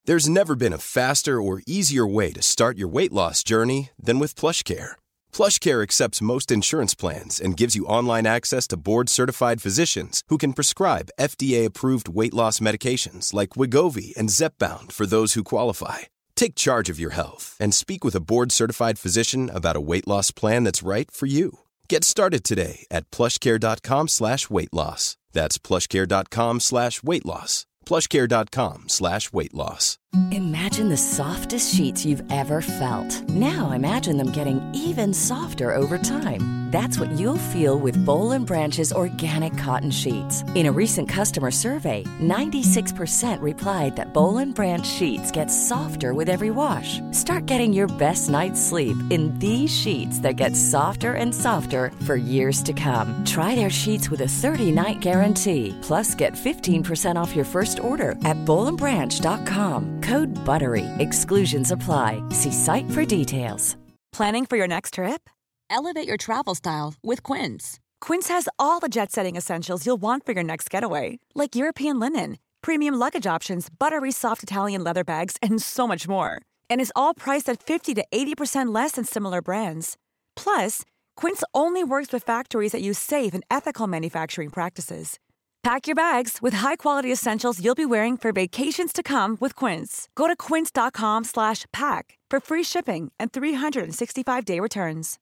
There's never been a faster or easier way to start your weight loss journey than with PlushCare. PlushCare accepts most insurance plans and gives you online access to board-certified physicians who can prescribe FDA-approved weight loss medications like Wegovy and Zepbound for those who qualify. Take charge of your health and speak with a board-certified physician about a weight loss plan that's right for you. Get started today at plushcare.com/weightloss. That's plushcare.com/weightloss. plushcare.com/weightloss. Imagine the softest sheets you've ever felt. Now imagine them getting even softer over time. That's what you'll feel with Boll & Branch's organic cotton sheets. In a recent customer survey, 96% replied that Boll & Branch sheets get softer with every wash. Start getting your best night's sleep in these sheets that get softer and softer for years to come. Try their sheets with a 30-night guarantee. Plus, get 15% off your first order at bollandbranch.com. Code BUTTERY. Exclusions apply. See site for details. Planning for your next trip? Elevate your travel style with Quince. Quince has all the jet-setting essentials you'll want for your next getaway, like European linen, premium luggage options, buttery soft Italian leather bags, and so much more. And is all priced at 50 to 80% less than similar brands. Plus, Quince only works with factories that use safe and ethical manufacturing practices. Pack your bags with high-quality essentials you'll be wearing for vacations to come with Quince. Go to quince.com/pack for free shipping and 365-day returns.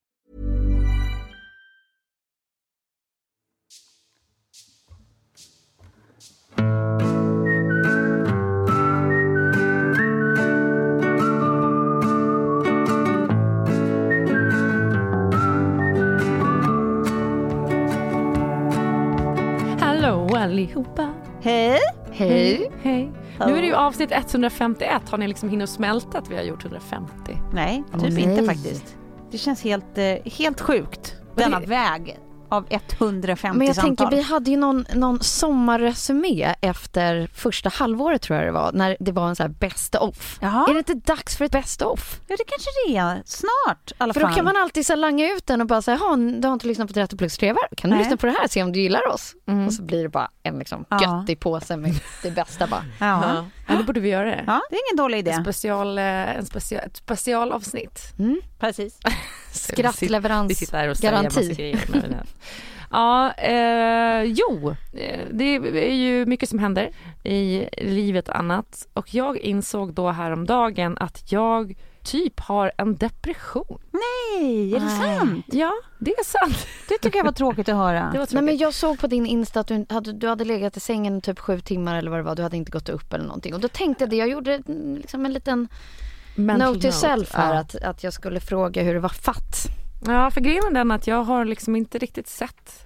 Hallå allihopa. Hej. Hej. Hej. Nu är det ju avsnitt 151. Har ni liksom hinnat smälta att vi har gjort 150? Nej, typ inte faktiskt. Det känns helt sjukt. Denna väg av 150 Men jag samtal. tänker, vi hade ju någon sommarresumé efter första halvåret, tror jag det var, när det var en så här best of. Jaha. Är det inte dags för ett best of? Ja, det kanske det är. Snart i alla för fall. då kan man alltid så langa ut den och bara säga, du har inte lyssnat på 30 plus 3 kan du lyssna på det här, se om du gillar oss. Och så blir det bara en liksom göttig påse med det bästa bara. Ja, då borde vi göra det. Ja, det är ingen dålig idé. Ett specialavsnitt. Precis. Skrattleverans. Vi sitter här och säger massa grejer med det här. Ja, det är ju mycket som händer i livet annat. Och jag insåg då häromdagen att jag typ har en depression. Nej, är det sant? Ja, det är sant. Det tycker jag var tråkigt att höra. Det var tråkigt. Nej, men jag såg på din Insta att du hade legat i sängen typ 7 timmar eller vad det var. Du hade inte gått upp eller någonting. Och då tänkte jag jag liksom en liten note to self här, att jag skulle fråga hur det var fatt. Ja, för grejen är den att jag har liksom inte riktigt sett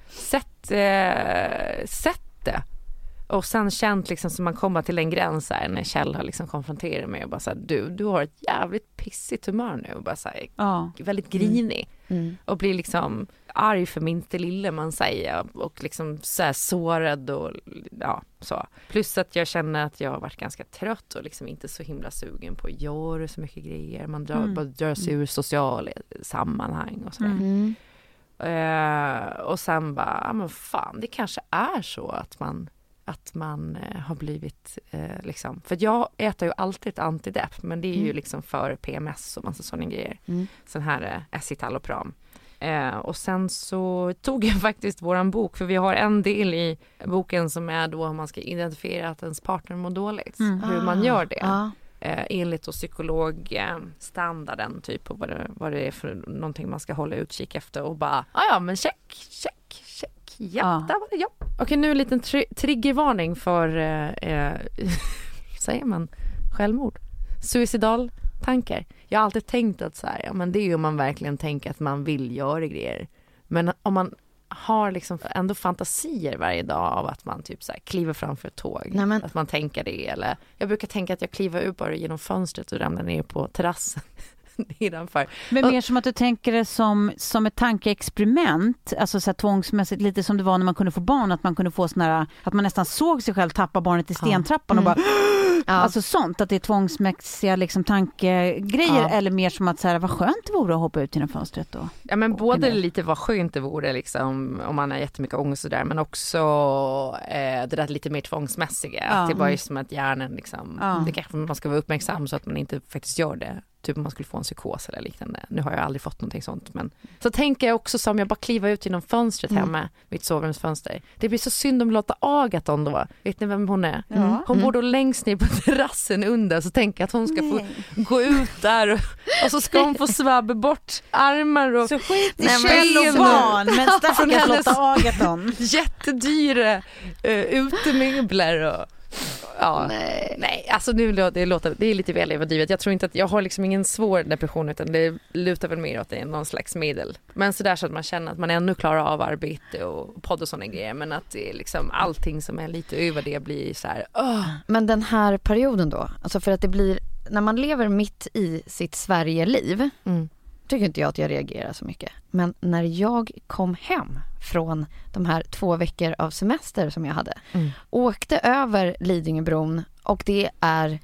det. Och sen känt liksom som man kommer till en gräns här, när Kjell har liksom konfronterat mig och bara så här, du har ett jävligt pissigt humör nu och bara så här, väldigt grinig och blir liksom arg för minsta lille man säger och liksom så här sårad och så. Plus att jag känner att jag har varit ganska trött och liksom inte så himla sugen på att göra så mycket grejer. Man drar sig ur sociala sammanhang och sådär. Och sen bara, men fan, det kanske är så att man har blivit liksom, för jag äter ju alltid ett antidepp, men det är ju liksom för PMS och massa sådana grejer. Sån här Escitalopram. Och sen så tog jag faktiskt våran bok, för vi har en del i boken som är då man ska identifiera att ens partner mår dåligt. Hur man gör det. Enligt då psykologstandarden typ, och vad det är för någonting man ska hålla utkik efter och bara, men check. Ja, där var det ja. Okej, nu en liten triggervarning för säger man självmord, suicidal tankar. Jag har alltid tänkt att så här, men det är ju om man verkligen tänker att man vill göra grejer. Men om man har liksom ändå fantasier varje dag av att man typ så här kliver framför ett tåg, att man tänker det, eller jag brukar tänka att jag kliver ut bara genom fönstret och ramlar ner på terrassen. nedanför. Men mer som att du tänker det som ett tankeexperiment, alltså så här tvångsmässigt, lite som det var när man kunde få barn, att man kunde få såna här, att man nästan såg sig själv tappa barnet i stentrappan och bara alltså sånt, att det är tvångsmässiga liksom tankegrejer, eller mer som att så här, vad skönt det vore att hoppa ut genom fönstret då. Ja, men både lite vad skönt det vore liksom, om man har jättemycket ångest och där, men också det där lite mer tvångsmässiga, att det bara är som att hjärnan liksom, det kanske man ska vara uppmärksam så att man inte faktiskt gör det. Typ om man skulle få en psykos eller liknande. Nu har jag aldrig fått någonting sånt. Men så tänker jag också som jag bara kliver ut genom fönstret hemma, mitt sovrumsfönster. Det blir så synd om Lotta Agaton då. Vet ni vem hon är? Hon bor då längst ner på terrassen under, så tänker jag att hon ska få gå ut där och så ska hon få svabba bort armar och så skit i Kjell och barn, men stackars Lotta Agaton. Jättedyra utemöbler och nej, alltså nu det är lite väl överdrivet. Jag tror inte att jag har liksom ingen svår depression, utan det lutar väl mer åt det, någon slags medel. Men så där så att man känner att man ännu klarar av arbete och podd och såna grejer, men att det är liksom allting som är lite över det blir så här. Men den här perioden då, alltså för att det blir när man lever mitt i sitt Sverige-liv, tycker inte jag att jag reagerar så mycket. Men när jag kom hem från de här 2 veckor av semester som jag hade, åkte över Lidingöbron, och det är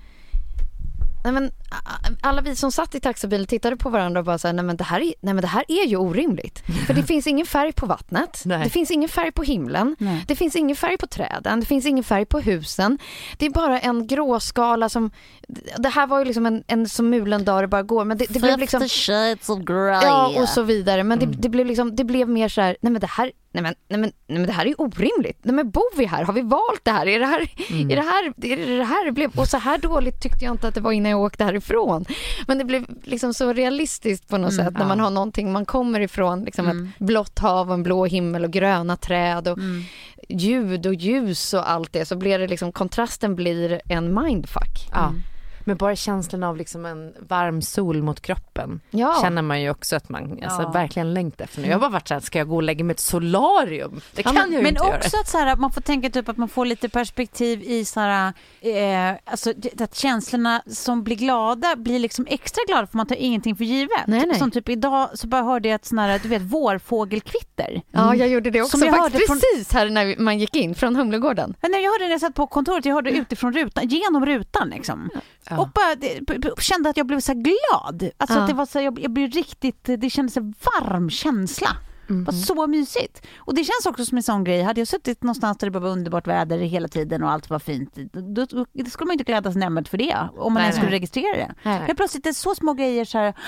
alla vi som satt i taxibilen tittade på varandra och bara så här, nej men det här är ju orimligt. För det finns ingen färg på vattnet. Det finns ingen färg på himlen. Det finns ingen färg på träden. Det finns ingen färg på husen. Det är bara en gråskala som, det här var ju liksom en som mulen dag det bara går, men det blev liksom 50 shades of grey. Ja, och så vidare, men det blev liksom, det blev mer så här, nej men det här är orimligt. Nej, men bor vi här? Har vi valt det här? Är det här det blev? Och så här dåligt tyckte jag inte att det var innan jag åkte härifrån. Men det blev liksom så realistiskt på något sätt när man har någonting, man kommer ifrån liksom ett blått hav och en blå himmel och gröna träd och ljud och ljus och allt det, så blir det liksom, kontrasten blir en mindfuck. Men bara känslan av liksom en varm sol mot kroppen känner man ju också att man verkligen längtar efter nu. Jag har bara varit så här, ska jag gå och lägga mig ett solarium? Det kan jag ju inte göra. Men också att så här, man får tänka typ att man får lite perspektiv i så här, alltså att känslorna som blir glada blir liksom extra glada, för man tar ingenting för givet. Nej. Som typ idag så bara hörde jag ett sån här, du vet, vårfågelkvitter. Ja, jag gjorde det också faktiskt precis här när man gick in från Humlegården. Men när jag hörde det, jag satt på kontoret, jag hörde utifrån rutan, genom rutan liksom. Och bara kände att jag blev så glad. Alltså att det var så, jag blev riktigt, det kändes en varm känsla. Det var så mysigt. Och det känns också som en sån grej. Hade jag suttit någonstans där det bara var underbart väder hela tiden och allt var fint, då skulle man inte glädjas nämnt för det om man ens skulle registrera det. Men plötsligt är det så små grejer så här,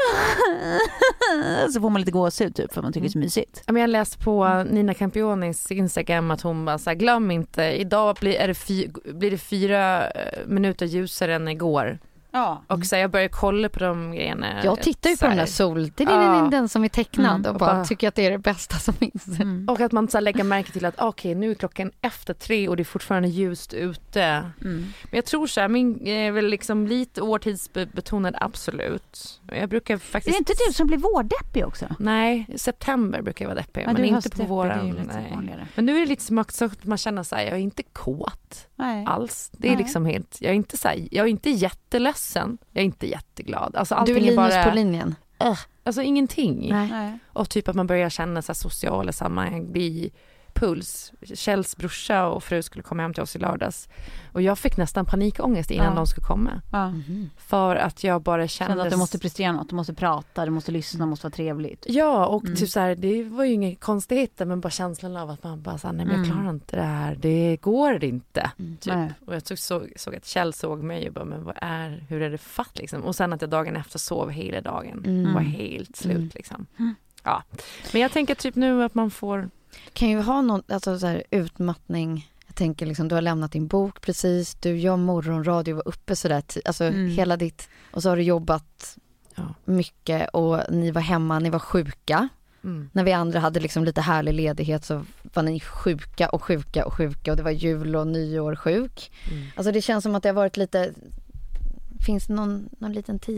så får man lite gåshud typ, för man tycker det är så mysigt. Jag läste på Nina Campionis Instagram att hon bara så här, glöm inte, idag blir det 4 minuter ljusare än igår. Och så jag börjar kolla på de grejerna. Jag tittar ju på den där sol. Det är den som är tecknad och bara tycker att det är det bästa som finns. Och att man så lägger märke till att okej, nu är klockan efter 3 och det är fortfarande ljust ute. Men jag tror så här, min är väl liksom lite årtidsbetonad, absolut. Jag brukar faktiskt... Det är inte du som blir vårdeppig också? Nej, i september brukar jag vara deppig, men inte på våren. Men nu är det lite som också att man känner så här, jag är inte kåt alls. Det är liksom helt, jag är inte jätteledsen, jag är inte jätteglad. Alltså allting du är Linus är bara på linjen. Alltså ingenting. Nej. Och typ att man börjar känna så här sociala sammanhang, bli puls. Kjells brorsa och fru skulle komma hem till oss i lördags. Och jag fick nästan panikångest innan de skulle komma. För att jag bara kände att du måste prestera något, du måste prata, du måste lyssna, det måste vara trevligt. Ja, och typ så här, det var ju inga konstigheter, men bara känslan av att man bara sa, nej men jag klarar inte det här, det går inte. Typ. Och jag såg att Kjell såg mig och bara, men hur är det fatt liksom? Och sen att jag dagen efter sov hela dagen. Var helt slut liksom. Ja. Men jag tänker typ nu att man får... Kan ju ha någon alltså så här, utmattning. Jag tänker liksom, du har lämnat din bok precis, du gör morgonradio, var uppe sådär, alltså hela ditt, och så har du jobbat mycket och ni var hemma, ni var sjuka. När vi andra hade liksom lite härlig ledighet så var ni sjuka och det var jul och nyår sjuk. Alltså det känns som att det har varit lite, finns någon liten tid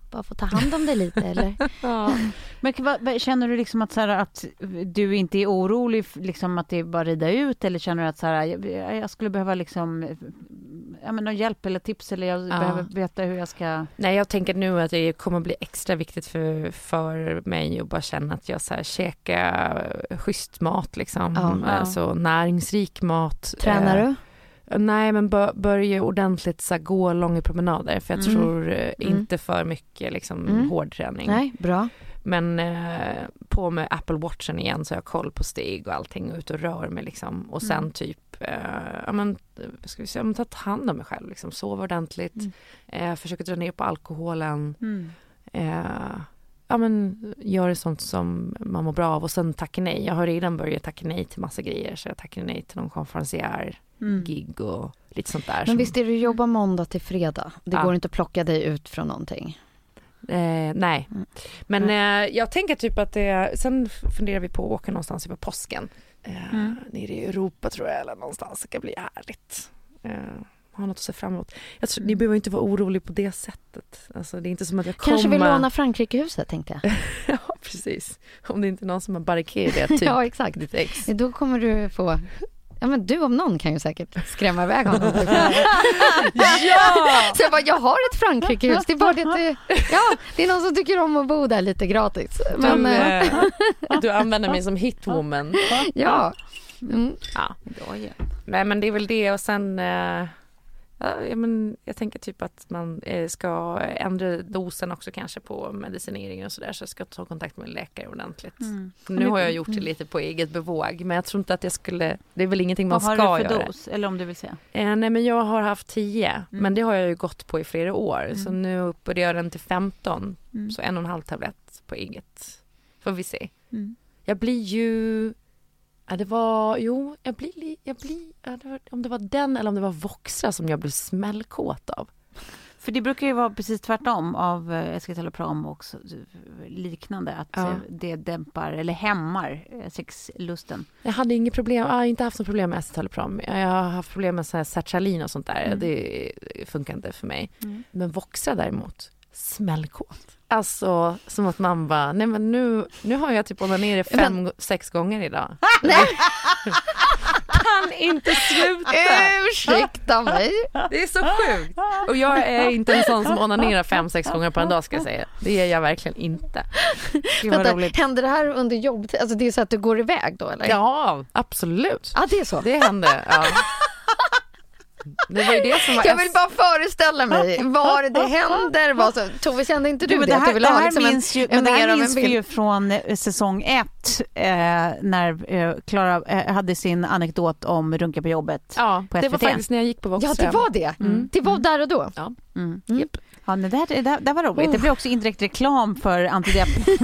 bara få ta hand om det lite eller? Ja. Men känner du liksom att, så här, att du inte är orolig liksom att det bara rida ut, eller känner du att så här, jag skulle behöva liksom någon hjälp eller tips, eller jag behöver veta hur jag ska... Nej, jag tänker nu att det kommer bli extra viktigt för mig att bara känna att jag så här käkar schysst mat liksom, alltså näringsrik mat. Tränar du? Nej, men börja ordentligt så här, gå långa promenader, för jag tror inte för mycket liksom hård träning. Nej, bra. Men på med Apple Watchen igen, så jag har koll på steg och allting, och ut och rör mig liksom. Och sen typ ska vi säga, ta hand om mig själv liksom, sova ordentligt, försöka dra ner på alkoholen, gör sånt som man mår bra av, och sen tacka nej. Jag har redan börjat tacka nej till massa grejer, så jag tackar nej till någon konferencier gig och lite sånt där. Men visst är du jobbar måndag till fredag? Det går inte att plocka dig ut från någonting? Nej. Men jag tänker typ att sen funderar vi på att åka någonstans på påsken. Nere i Europa tror jag, eller någonstans. Det ska bli härligt. Ha något att se fram emot. Jag tror, ni behöver inte vara orolig på det sättet. Alltså, det är inte som att jag kommer... Kanske vill låna Frankrikehuset, tänkte jag. Ja, precis. Om det inte är någon som har barrikerat typ. Ja, exakt. Ditt ex. Då kommer du få... Ja, men du om någon kan ju säkert skrämma iväg honom. Ja! Så jag har ett Frankrikehus. Det är bara det det är någon som tycker om att bo där lite gratis. Men du använder mig som hitwoman. Ja. Nej, men det är väl det, och sen jag tänker typ att man ska ändra dosen också kanske på medicinering och sådär, så jag ska ta kontakt med en läkare ordentligt. Nu har jag gjort det lite på eget bevåg, men jag tror inte att jag skulle, det är väl ingenting man ska göra. Vad har du för dos, eller om du vill säga? Nej, men jag har haft 10, men det har jag ju gått på i flera år, så nu uppgår jag den till 15, så 1,5 tablett på eget. Får vi se. Jag blir ju... Ja, det var... Jo, jag blir om det var den eller om det var Voxra som jag blev smällkåt av. För det brukar ju vara precis tvärtom av escitalopram och liknande, att det dämpar eller hämmar sexlusten. Jag hade inget problem, jag har inte haft något problem med escitalopram. Jag har haft problem med så här sertralin och sånt där. Det funkar inte för mig. Men Voxra däremot, smällkåt. Alltså, som att man bara, nej men nu har jag typ onanerat 5-6 gånger idag. Nej. Kan inte sluta. Ursäkta mig. Det är så sjukt. Och jag är inte en sån som onanerar 5-6 gånger på en dag, ska jag säga. Det är jag verkligen inte. Händer det här under jobb? Alltså det är så att du går iväg då, eller? Ja, absolut. Ja, det är så. Det händer, ja. Det var ju det som var jag vill bara föreställa mig var det händer. Tove, kände inte du det? Att du ville ha liksom det här minns vi ju från säsong 1 när Klara hade sin anekdot om runka på jobbet på SVT. Det var faktiskt när jag gick på Voxra. Ja, det var det. Det var där och då. Ja. Yep. Ja, det var roligt. Det blir också indirekt reklam för antidepp.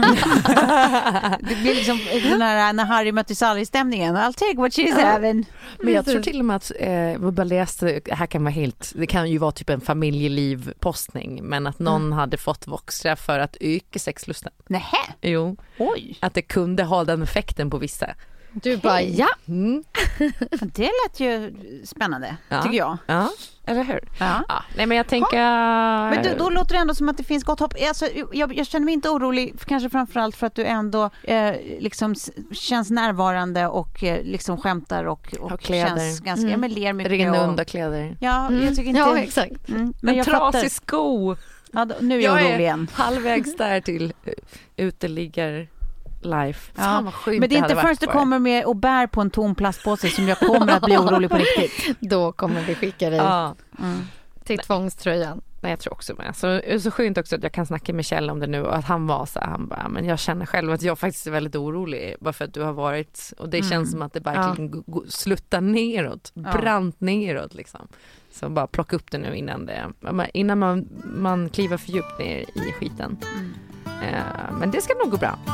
Det blir liksom när Harry mötte Sally-stämningen. I'll take what she's having. Men jag tror till och med att jag bara läste, här kan vara helt, det kan ju vara typ en familjeliv-postning, men att någon hade fått Voxra för att öka sexlusten. Nähä? Jo. Oj. Att det kunde ha den effekten på vissa. Du bara, ja. Det lät ju spännande, tycker jag. Ja, eller hur? Ja. Nej, men jag tänker... Men då låter det ändå som att det finns gott hopp. Alltså, jag känner mig inte orolig, kanske framförallt för att du ändå liksom känns närvarande och liksom skämtar och känns ganska... Men ler mycket. Rinner under kläder. Ja, jag tycker inte... Ja, exakt. Men jag trasig sko. Ja, nu är jag orolig igen. Halvvägs där till uteliggar life. Ja. Men det är inte först du kommer med och bär på en tom plastpåse som jag kommer att bli orolig på riktigt. Då kommer vi skicka dig till tvångströjan. Nej, jag tror också med. Så skönt också att jag kan snacka med Kjell om det nu, och att han var så här, han bara, men jag känner själv att jag faktiskt är väldigt orolig bara för att du har varit, och det känns som att det verkligen sluttar neråt, brant neråt liksom. Så bara plocka upp det nu innan man kliver för djupt ner i skiten. Men det ska nog gå bra.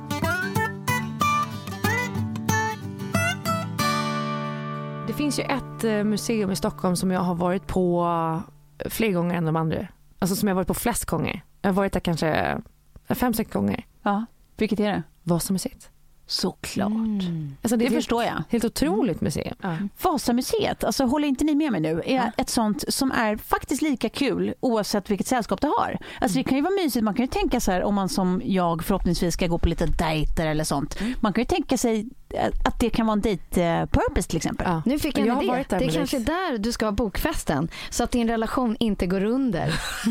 Det finns ju ett museum i Stockholm som jag har varit på fler gånger än de andra. Alltså som jag har varit på flest gånger. Jag har varit där kanske 5-6 gånger. Ja, vilket är det? Vasamuseet. Såklart. Alltså det förstår jag. Helt otroligt museum. Vasamuseet, alltså håller inte ni med mig nu, är ett sånt som är faktiskt lika kul oavsett vilket sällskap det har. Alltså det kan ju vara mysigt, man kan ju tänka så här om man som jag förhoppningsvis ska gå på lite dejter eller sånt. Man kan ju tänka sig att det kan vara en date-purpose till exempel. Ja. Nu fick jag en idé. Det är kanske där du ska ha bokfesten så att din relation inte går under.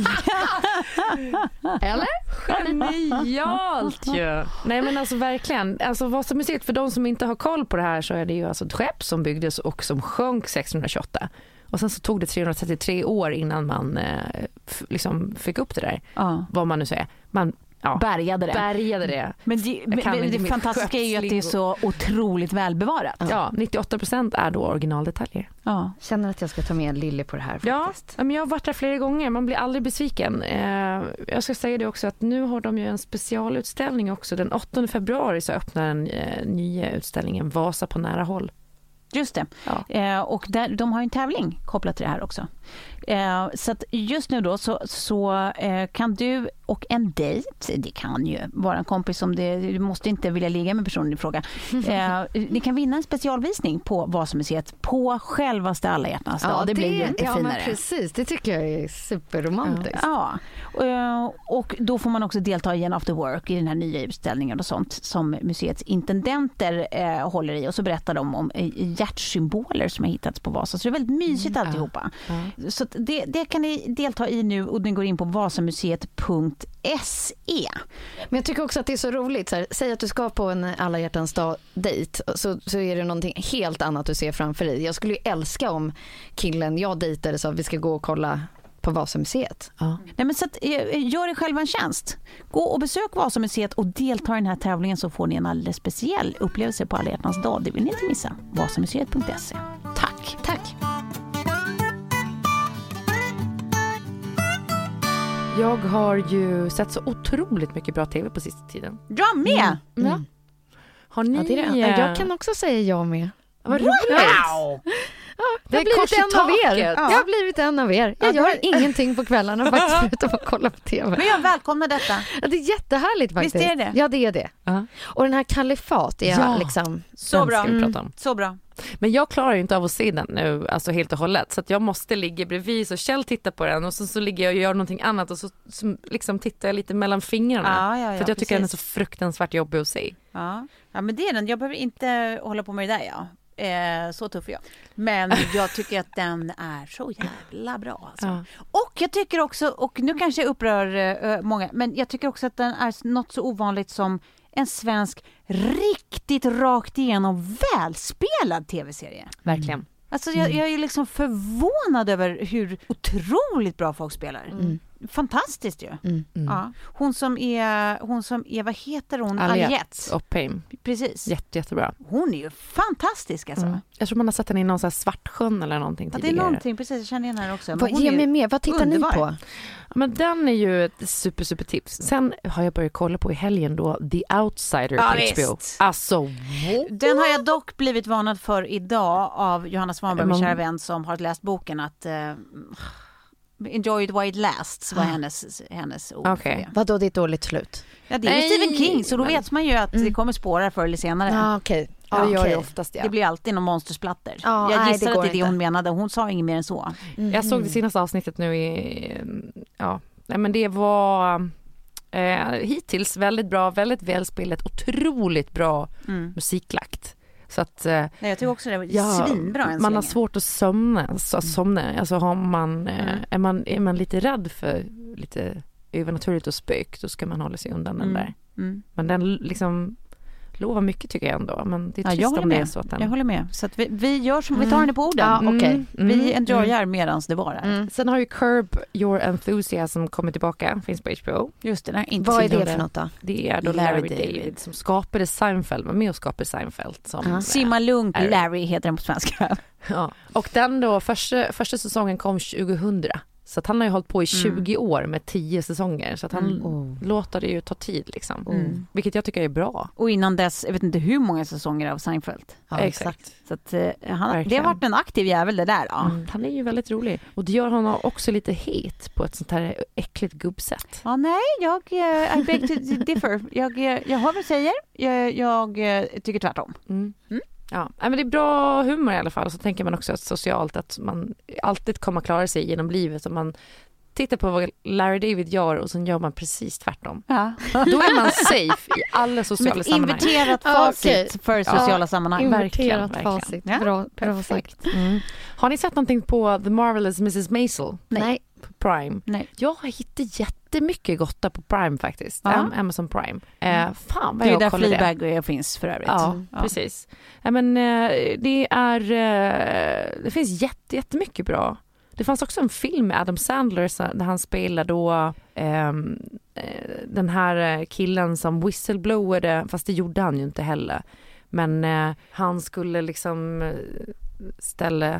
Eller? Genialt ju! Nej men alltså verkligen, alltså Vasamuseet, för de som inte har koll på det här så är det ju alltså ett skepp som byggdes och som sjönk 1628. Och sen så tog det 333 år innan man liksom fick upp det där. Vad man nu säger. Man bärgade det. Men det fantastiska är ju att det är så otroligt välbevarat. Ja, 98% är då originaldetaljer. Ja. Känner att jag ska ta med Lille på det här faktiskt. Ja, men jag har varit där flera gånger. Man blir aldrig besviken. Jag ska säga det också att nu har de ju en specialutställning också. Den 8 februari så öppnar den nya utställningen Vasa på nära håll. Just det. Ja. Och de har en tävling kopplat till det här också. Så att just nu då så kan du och en dejt, det kan ju vara en kompis som du måste inte vilja ligga med personen i fråga. Ni kan vinna en specialvisning på Vasamuseet på självaste alla hjärtans dag. Det blir ju inte finare. Men precis, det tycker jag är superromantiskt. Ja. Och då får man också delta i en after work i den här nya utställningen och sånt som museets intendenter håller i, och så berättar de om hjärtsymboler som har hittats på Vasa. Så det är väldigt mysigt alltihopa. Så att det kan ni delta i nu, och den går in på vasamuseet.se. Men jag tycker också att det är så roligt. Så här, säg att du ska på en alla hjärtans dag dejt, så är det någonting helt annat du ser framför dig. Jag skulle ju älska om killen jag dejtade sa att vi ska gå och kolla på Vasamuseet. Nej, men så att, gör er själva en tjänst. Gå och besök Vasamuseet och delta i den här tävlingen, så får ni en alldeles speciell upplevelse på alla hjärtans dag. Det vill ni inte missa. Vasamuseet.se. Tack. Jag har ju sett så otroligt mycket bra tv på sista tiden. Jag med! Ja. Har ni... det är det. Jag kan också säga jag med. Vad roligt! Wow! Jag har blivit en av er. Jag har blivit en av er. Jag gör ingenting på kvällarna faktiskt förutom att kolla på tv. Men jag välkomnar detta. Ja, det är jättehärligt faktiskt. Visst är det? Ja, det är det. Och den här Kalifat är liksom så bra. Så bra. Men jag klarar ju inte av att se den nu, alltså helt och hållet. Så att jag måste ligga bredvid, så Kjell tittar på den och så ligger jag och gör någonting annat, och så liksom tittar jag lite mellan fingrarna. För att jag tycker den är så fruktansvärt jobbig att se. Ja, men det är den. Jag behöver inte hålla på med det där, så tuff är jag. Men jag tycker att den är så jävla bra alltså. Och jag tycker också, och nu kanske jag upprör många, men jag tycker också att den är något så ovanligt som en svensk riktigt rakt igenom välspelad tv-serie. Verkligen. Alltså jag är liksom förvånad över hur otroligt bra folk spelar. Fantastiskt ju. Ja. Hon som är, vad heter hon? Aliette Oppheim. Precis. Jättebra. Hon är ju fantastisk alltså. Jag tror man har sett henne i någon så här Svartsjön eller någonting tidigare. Det är någonting, precis. Jag känner igen här också. Ge mig med. Vad tittar ni på? Men den är ju ett super tips. Sen har jag börjat kolla på i helgen då The Outsider på HBO. Alltså, den har jag dock blivit varnad för idag av Johanna Svanberg, min kära vän, som har läst boken, att Enjoy it while it lasts var hennes ord. Okay. Vadå, det är ett dåligt slut? Ja, det är Stephen King, så då vet man ju att det kommer spåra förr eller senare. Det gör det oftast, Det blir alltid någon monstersplatter. Jag gissar att det är det hon menade. Hon sa inget mer än så. Jag såg det senaste avsnittet nu men det var hittills väldigt bra, väldigt välspelat, otroligt bra musiklagt. Så att jag tycker också det var svinbra. Man har svårt att somna. Alltså är man lite rädd för lite övernaturligt och spök, då ska man hålla sig undan den där. Men den liksom lovar mycket tycker jag ändå, men det är trist om det är så att den... Jag håller med. Så att vi gör som vi tar henne på orden. Vi enjoyar medans det var. Sen har ju Curb Your Enthusiasm kommit tillbaka, finns på HBO. Just det, vad är det för något då? Det är då Larry David som skapade Seinfeld, var med och skapade Seinfeld. Simma lugnt, Larry heter den på svenska. Och den då, första säsongen kom 2000. Så att han har ju hållit på i 20 år med 10 säsonger. Så att han låter det ju ta tid liksom. Vilket jag tycker är bra. Och innan dess, jag vet inte hur många säsonger av Seinfeld. Ja, exakt. Så att, det har varit en aktiv jävel det där. Ja. Han är ju väldigt rolig. Och det gör honom också lite het på ett sånt här äckligt gubbsätt. Ja, nej, I beg to differ. Jag hör vad du säger. Jag tycker tvärtom. Ja, men det är bra humor i alla fall. Så tänker man också att socialt att man alltid kommer klara sig genom livet. Om man tittar på vad Larry David gör och sen gör man precis tvärtom. Ja. Då är man safe i alla sociala sammanhang. Inverterat facit för sociala sammanhang. Inverterat facit. Ja. Bra sagt. Har ni sett någonting på The Marvelous Mrs. Maisel? Nej. På Prime. Nej. Jag har hittat jättemycket gotta på Prime faktiskt. Amazon Prime. Fan vad det är jag där kollade Fleabag finns för övrigt. Ja, precis. Men det finns jättemycket bra. Det fanns också en film med Adam Sandler där han spelar då den här killen som whistleblowade, fast det gjorde han ju inte heller. Men han skulle liksom ställa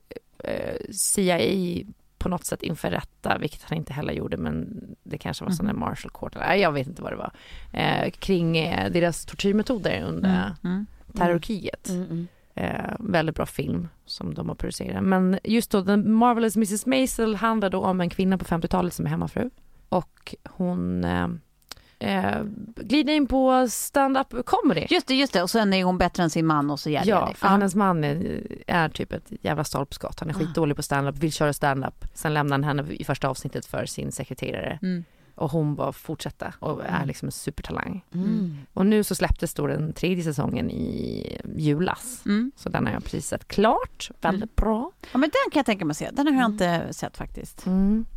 CIA på något sätt inför rätta, vilket han inte heller gjorde, men det kanske var sån där Marshall Court. Jag vet inte vad det var. Kring deras tortyrmetoder under terrorkriget. Väldigt bra film som de har producerat. Men just då, The Marvelous Mrs. Maisel handlar då om en kvinna på 50-talet som är hemmafru. Och hon glider in på stand-up comedy. Just det. Och sen är hon bättre än sin man och så gäller det. Ja, för hennes man är typ ett jävla stolpskott. Han är skitdålig på stand-up, vill köra stand-up. Sen lämnar han henne i första avsnittet för sin sekreterare. Och hon bara fortsätta och är liksom en supertalang. Och nu så släpptes då den 3:e säsongen i julas. Så den har jag precis sett klart. Väldigt bra. Ja, men den kan jag tänka mig se. Den har jag inte sett faktiskt.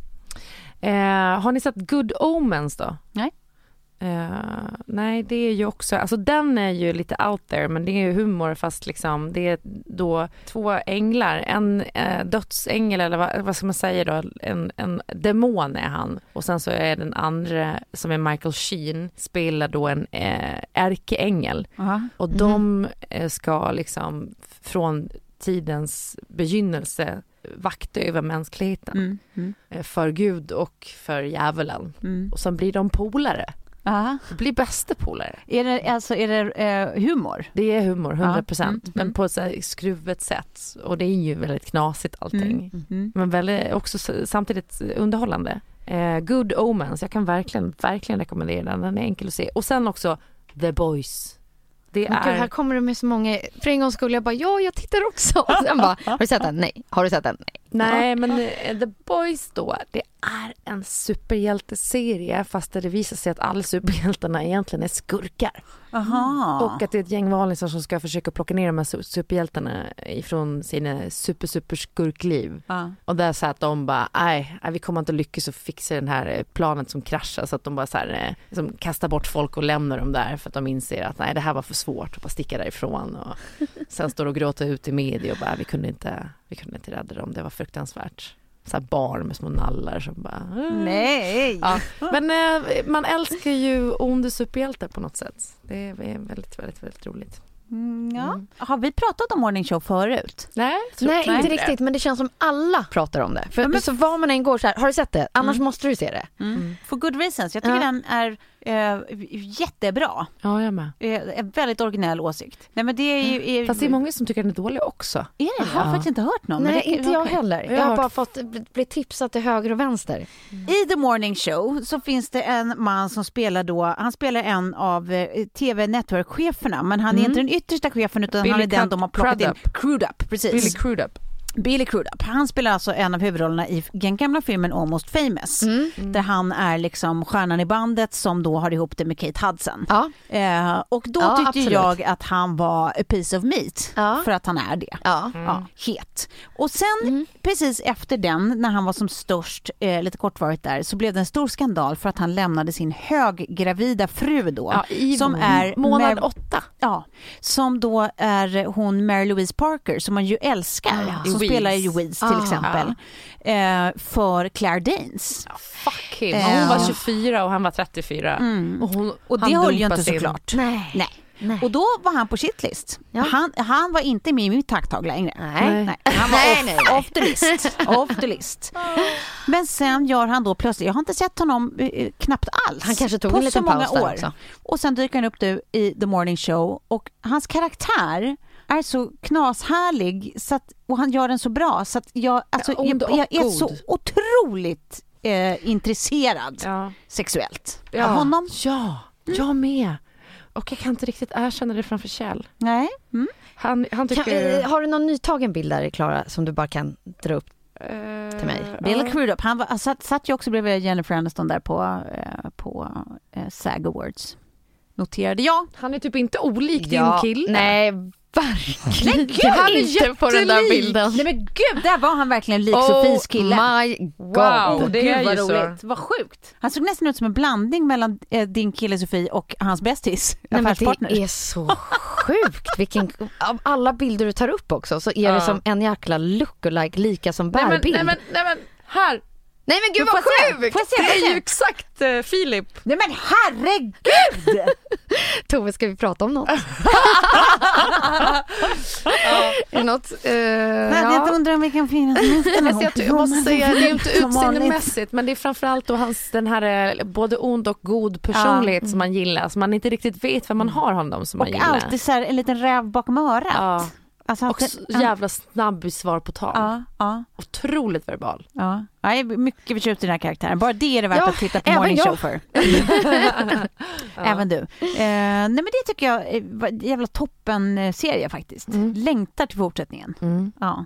Har ni sett Good Omens då? Nej. Nej, det är ju också, alltså den är ju lite out there, men det är ju humor, fast liksom det är då 2 änglar, en dödsängel eller vad ska man säga då, en demon är han, och sen så är den andra som är Michael Sheen, spelar då en ärkeängel. Och de ska liksom från tidens begynnelse vakta över mänskligheten för Gud och för djävulen. Och sen blir de polare. Blir bästa polare. Är det humor? Det är humor, 100%. Men på ett så här skruvet sätt. Och det är ju väldigt knasigt allting. Men väldigt, också samtidigt underhållande. Good Omens, jag kan verkligen rekommendera den. Den är enkel att se. Och sen också The Boys. Det är... Gud, här kommer det med så många. För en gång skulle jag bara, jag tittar också. Och sen bara, har du sett den? Nej. Har du sett den? Nej. Nej, men The Boys då, det är en superhjälteserie, fast det visar sig att alla superhjältarna egentligen är skurkar. Och att det är ett gäng vanliga som ska försöka plocka ner de här superhjältarna ifrån sina superskurkliv. Och där så att de bara, nej, vi kommer inte att lyckas att fixa den här planet som kraschar, så att de bara så här, liksom kastar bort folk och lämnar dem där för att de inser att nej, det här var för svårt att bara sticka därifrån. Och sen står de och gråter ut i media och bara, vi kunde inte rädda dem, det var fruktansvärt. Så här barn med små nallar som bara... Nej! Ja. Men man älskar ju onda superhjältar på något sätt. Det är väldigt, väldigt, väldigt roligt. Har vi pratat om Morning Show förut? Nej, inte riktigt, men det känns som alla pratar om det. För så var man än går så här, har du sett det? Annars måste du se det. For good reasons. Jag tycker den är jättebra. Ja, jag med. En väldigt originell åsikt. Nej, men det är ju... Fast det är många som tycker den är dålig också. Är det? Jag har faktiskt inte hört någon. Nej, inte jag heller. Jag har bara fått bli tipsat till höger och vänster. I The Morning Show så finns det en man som spelar han spelar en av TV-network-cheferna, men han är inte den yttersta chefen, utan Billy han är den de har plockat in. Crudup, precis. Billy Crudup. Han spelar alltså en av huvudrollerna i den gamla filmen Almost Famous. Där han är liksom stjärnan i bandet som då har ihop det med Kate Hudson. Och då tyckte jag att han var a piece of meat. För att han är det. Het. Och sen precis efter den, när han var som störst, lite kortvarigt där, så blev det en stor skandal för att han lämnade sin höggravida fru då. Som är månad 8. Ja, som då är hon Mary Louise Parker, som man ju älskar. Som spelar i Weeds till exempel. För Claire Danes. Fuck him. Hon var 24 och han var 34. Och det håller ju inte såklart. Nej. Och då var han på shitlist. Han var inte med i mitt tagtag längre. Nej. Han var off the list. Men sen gör han då plötsligt, jag har inte sett honom knappt alls. Han kanske tog en liten paus där också. Och sen dyker han upp i The Morning Show och hans karaktär är så knashärlig så att, och han gör den så bra så att jag är så otroligt intresserad sexuellt av honom. Ja, jag med. Och jag kan inte riktigt erkänna det framför Kjell. Nej. Han tycker... har du någon nytagen bild där, Klara, som du bara kan dra upp till mig? Bill Crudup, han satt ju också bredvid Jennifer Aniston där på SAG Awards. Noterade jag. Han är typ inte olik din kille. Nej, verkligen. Han är inte på den där bilden. Nej men gud, där var han verkligen lik Sofies kille. My God. Wow, det är ju roligt. Vad sjukt. Han såg nästan ut som en blandning mellan din kille Sofie och hans bästis, affärspartner. Det är så sjukt. Av alla bilder du tar upp också så är det som en jäkla lookalike, lika som bärbild. Nej men här. Nej men gud vad sjukt! Det är ju exakt Filip. Nej men herregud! Tove, ska vi prata om något? Är något? Jag undrar om vi kan finna jag måste säga, det är inte utseendemässigt, men det är framförallt då hans den här både ond och god personlighet som man gillar, så man inte riktigt vet vem man har honom som man gillar. Och alltid så här en liten räv bakom örat. Ja. Alltså, och jävla snabb i svar på tal. Otroligt verbal. Ja. Jag är mycket förtjust i den här karaktären. Bara det är det värt att titta på Morning Show för. Även du. Nej men det tycker jag är en jävla toppen serie faktiskt. Längtar till fortsättningen. Ja.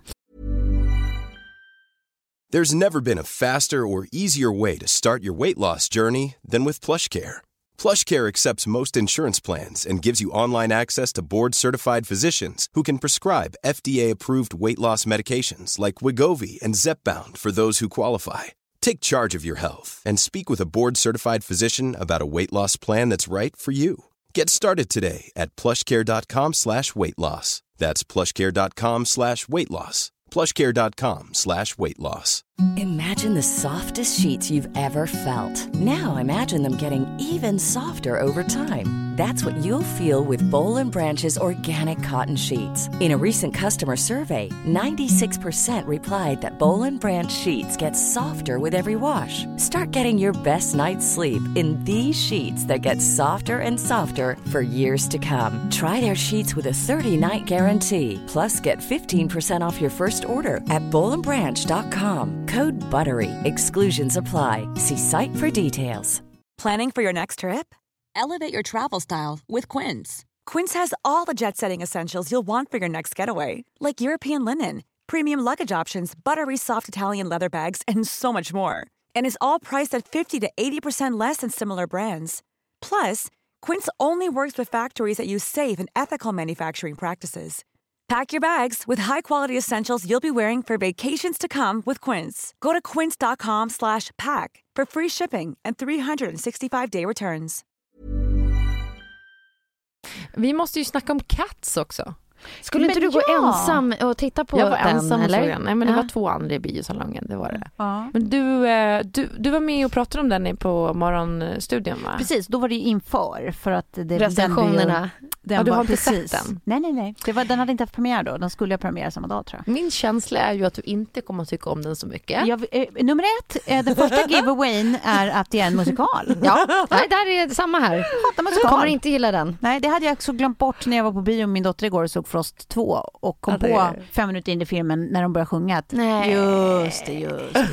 There's never been a faster or easier way to start your weight loss journey than with PlushCare. PlushCare accepts most insurance plans and gives you online access to board-certified physicians who can prescribe FDA-approved weight loss medications like Wegovy and Zepbound for those who qualify. Take charge of your health and speak with a board-certified physician about a weight loss plan that's right for you. Get started today at plushcare.com/weightloss. That's plushcare.com/weightloss. plushcare.com/weightloss. Imagine the softest sheets you've ever felt. Now imagine them getting even softer over time. That's what you'll feel with Boll & Branch's organic cotton sheets. In a recent customer survey, 96% replied that Boll & Branch sheets get softer with every wash. Start getting your best night's sleep in these sheets that get softer and softer for years to come. Try their sheets with a 30-night guarantee. Plus, get 15% off your first order at BollandBranch.com. Code BUTTERY. Exclusions apply. See site for details. Planning for your next trip? Elevate your travel style with Quince. Quince has all the jet-setting essentials you'll want for your next getaway, like European linen, premium luggage options, buttery soft Italian leather bags, and so much more. And is all priced at 50 to 80% less than similar brands. Plus, Quince only works with factories that use safe and ethical manufacturing practices. Pack your bags with high-quality essentials you'll be wearing for vacations to come with Quince. Go to quince.com/pack for free shipping and 365-day returns. Vi måste ju snacka om Cats också. Skulle inte du gå ensam och titta på den? Jag var ensam eller? Nej, men det var 2 andra i biosalongen, det var det. Ja. Men du var med och pratade om den på morgonstudion, va? Precis, då var det inför för att recensionerna. Du har inte sett den? Nej. Den hade inte haft premiär då. Den skulle ha premiär samma dag, tror jag. Min känsla är ju att du inte kommer att tycka om den så mycket. Nummer 1, den första giveawayn är att det är en musikal. Ja, nej, där är det samma här. Jag kommer inte gilla den. Nej, det hade jag också glömt bort när jag var på bio med min dotter igår och såg Frost 2 och kom på 5 minuter in i filmen när de började sjunga att just det.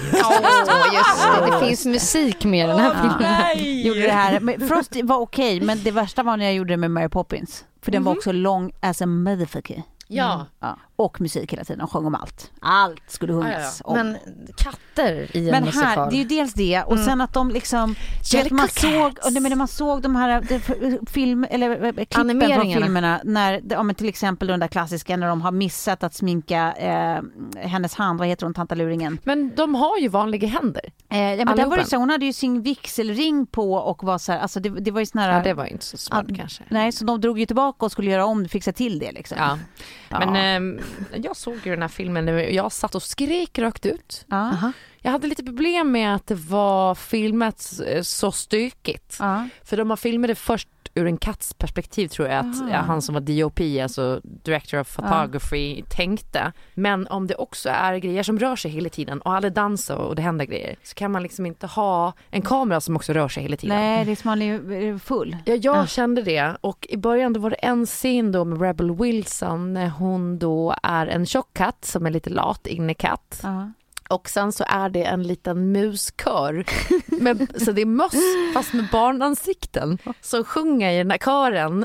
Det finns musik med den här filmen. Gjorde det här. Men Frost var okej, men det värsta var när jag gjorde det med Mary Poppins. För den var också lång as a motherfucker. Ja. Och musik hela tiden. De sjöng om allt. Allt skulle sjungas om. Men katter i en musikal. Men här, det är ju dels det. Och sen att de liksom... Man såg de här klippen från filmerna. När, till exempel den där klassiska när de har missat att sminka hennes hand. Vad heter hon, tantaluringen? Men de har ju vanliga händer. Men där var det så, hon hade ju sin vigselring på och var så här, alltså det var ju sån här... Ja, det var inte så smart kanske. Nej, så de drog ju tillbaka och skulle göra om, fixa till det liksom. Ja. Men jag såg ju den här filmen, jag satt och skrek rakt ut. Jag hade lite problem med att det var filmat så stökigt. För de har filmat det först ur en katts perspektiv tror jag att han som var DOP, alltså Director of Photography, tänkte. Men om det också är grejer som rör sig hela tiden och alla dansar och det händer grejer, så kan man liksom inte ha en kamera som också rör sig hela tiden. Nej, det är som man är full. Ja, jag kände det. Och i början då var det en scen då med Rebel Wilson när hon då är en tjock katt som är lite lat, innekatt. Och sen så är det en liten muskör. Så det är möss fast med barnansikten som sjunger i den här kören